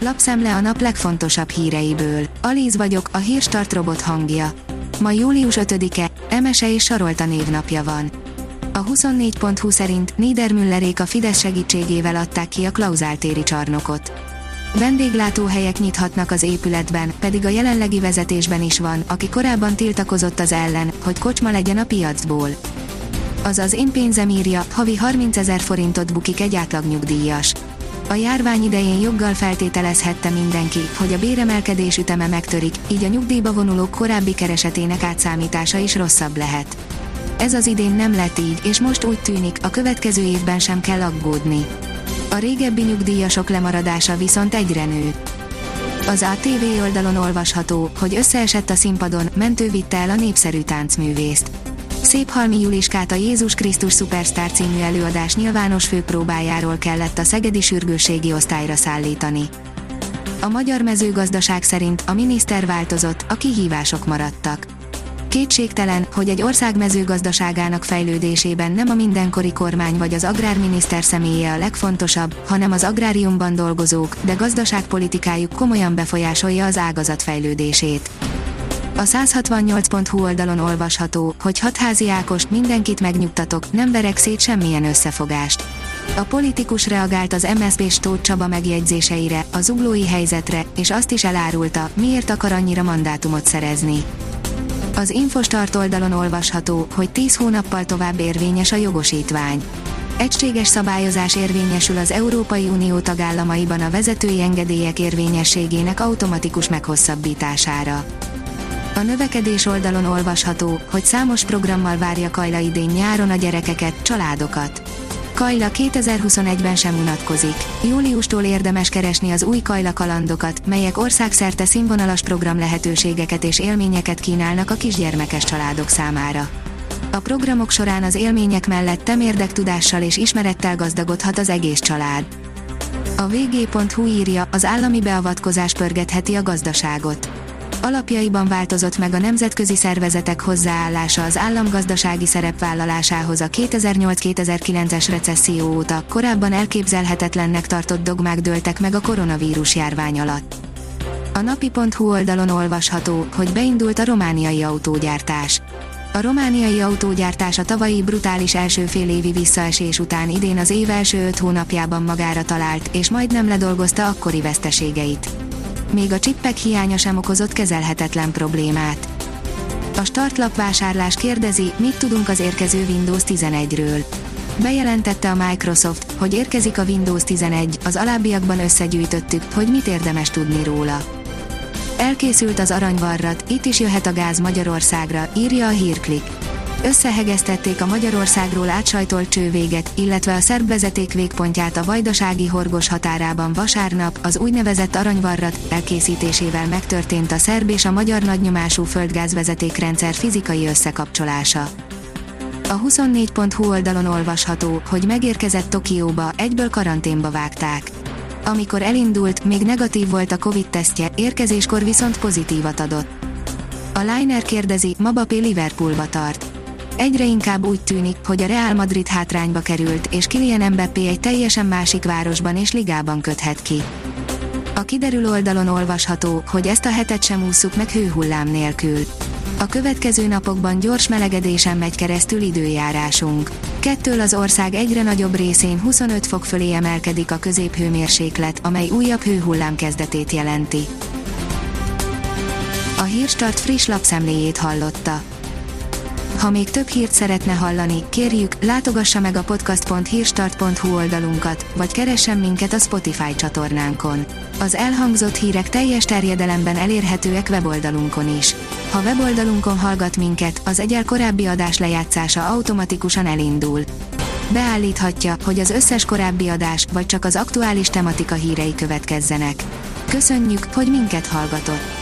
Lapszemle a nap legfontosabb híreiből. Alíz vagyok, a Hírstart robot hangja. Ma július 5-e, Emese és Sarolta névnapja van. A 24.20 szerint Niedermüllerék a Fidesz segítségével adták ki a Klauzál téri csarnokot. Vendéglátóhelyek nyithatnak az épületben, pedig a jelenlegi vezetésben is van, aki korábban tiltakozott az ellen, hogy kocsma legyen a piacból. Az Én pénzem írja, havi 30 000 forintot bukik egy átlagnyugdíjas. A járvány idején joggal feltételezhette mindenki, hogy a béremelkedés üteme megtörik, így a nyugdíjba vonulók korábbi keresetének átszámítása is rosszabb lehet. Ez az idén nem lett így, és most úgy tűnik, a következő évben sem kell aggódni. A régebbi nyugdíjasok lemaradása viszont egyre nő. Az ATV oldalon olvasható, hogy összeesett a színpadon, mentő vitte el a népszerű táncművészt. Széphalmi Juliskát a Jézus Krisztus Szupersztár című előadás nyilvános főpróbájáról kellett a szegedi sürgősségi osztályra szállítani. A magyar mezőgazdaság szerint a miniszter változott, a kihívások maradtak. Kétségtelen, hogy egy ország mezőgazdaságának fejlődésében nem a mindenkori kormány vagy az agrárminiszter személye a legfontosabb, hanem az agráriumban dolgozók, de gazdaságpolitikájuk komolyan befolyásolja az ágazat fejlődését. A 168.hu oldalon olvasható, hogy Hatházi Ákost mindenkit megnyugtatok, nem verek szét semmilyen összefogást. A politikus reagált az MSZP-s Tóth Csaba megjegyzéseire, a zuglói helyzetre, és azt is elárulta, miért akar annyira mandátumot szerezni. Az Infostart oldalon olvasható, hogy 10 hónappal tovább érvényes a jogosítvány. Egységes szabályozás érvényesül az Európai Unió tagállamaiban a vezetői engedélyek érvényességének automatikus meghosszabbítására. A növekedés oldalon olvasható, hogy számos programmal várja Kajla idén nyáron a gyerekeket, családokat. Kajla 2021-ben sem unatkozik. Júliustól érdemes keresni az új Kajla kalandokat, melyek országszerte színvonalas program lehetőségeket és élményeket kínálnak a kisgyermekes családok számára. A programok során az élmények mellett temérdektudással és ismerettel gazdagodhat az egész család. A vg.hu írja, az állami beavatkozás pörgetheti a gazdaságot. Alapjaiban változott meg a nemzetközi szervezetek hozzáállása az állam gazdasági szerepvállalásához a 2008-2009-es recesszió óta, korábban elképzelhetetlennek tartott dogmák dőltek meg a koronavírus járvány alatt. A napi.hu oldalon olvasható, hogy beindult a romániai autógyártás. A romániai autógyártás a tavalyi brutális első félévi visszaesés után idén az év első 5 hónapjában magára talált, és majdnem ledolgozta akkori veszteségeit. Még a csippek hiánya sem okozott kezelhetetlen problémát. A startlap vásárlás kérdezi, mit tudunk az érkező Windows 11-ről. Bejelentette a Microsoft, hogy érkezik a Windows 11, az alábbiakban összegyűjtöttük, hogy mit érdemes tudni róla. Elkészült az aranyvarrat, itt is jöhet a gáz Magyarországra, írja a Hírklik. Összehegesztették a Magyarországról átsajtolt csővéget, illetve a szerb vezeték végpontját a vajdasági Horgos határában vasárnap, az úgynevezett aranyvarrat elkészítésével megtörtént a szerb és a magyar nagynyomású földgázvezetékrendszer fizikai összekapcsolása. A 24.hu oldalon olvasható, hogy megérkezett Tokióba, egyből karanténba vágták. Amikor elindult, még negatív volt a Covid-tesztje, érkezéskor viszont pozitívat adott. A Liner kérdezi, Mbappé Liverpoolba tart. Egyre inkább úgy tűnik, hogy a Real Madrid hátrányba került, és Kylian Mbappé egy teljesen másik városban és ligában köthet ki. A kiderül oldalon olvasható, hogy ezt a hetet sem ússzuk meg hőhullám nélkül. A következő napokban gyors melegedésen megy keresztül időjárásunk. Kettől az ország egyre nagyobb részén 25 fok fölé emelkedik a középhőmérséklet, amely újabb hőhullám kezdetét jelenti. A Hírstart friss lapszemléjét hallotta. Ha még több hírt szeretne hallani, kérjük, látogassa meg a podcast.hírstart.hu oldalunkat, vagy keressen minket a Spotify csatornánkon. Az elhangzott hírek teljes terjedelemben elérhetőek weboldalunkon is. Ha weboldalunkon hallgat minket, az egyel korábbi adás lejátszása automatikusan elindul. Beállíthatja, hogy az összes korábbi adás, vagy csak az aktuális tematika hírei következzenek. Köszönjük, hogy minket hallgatott!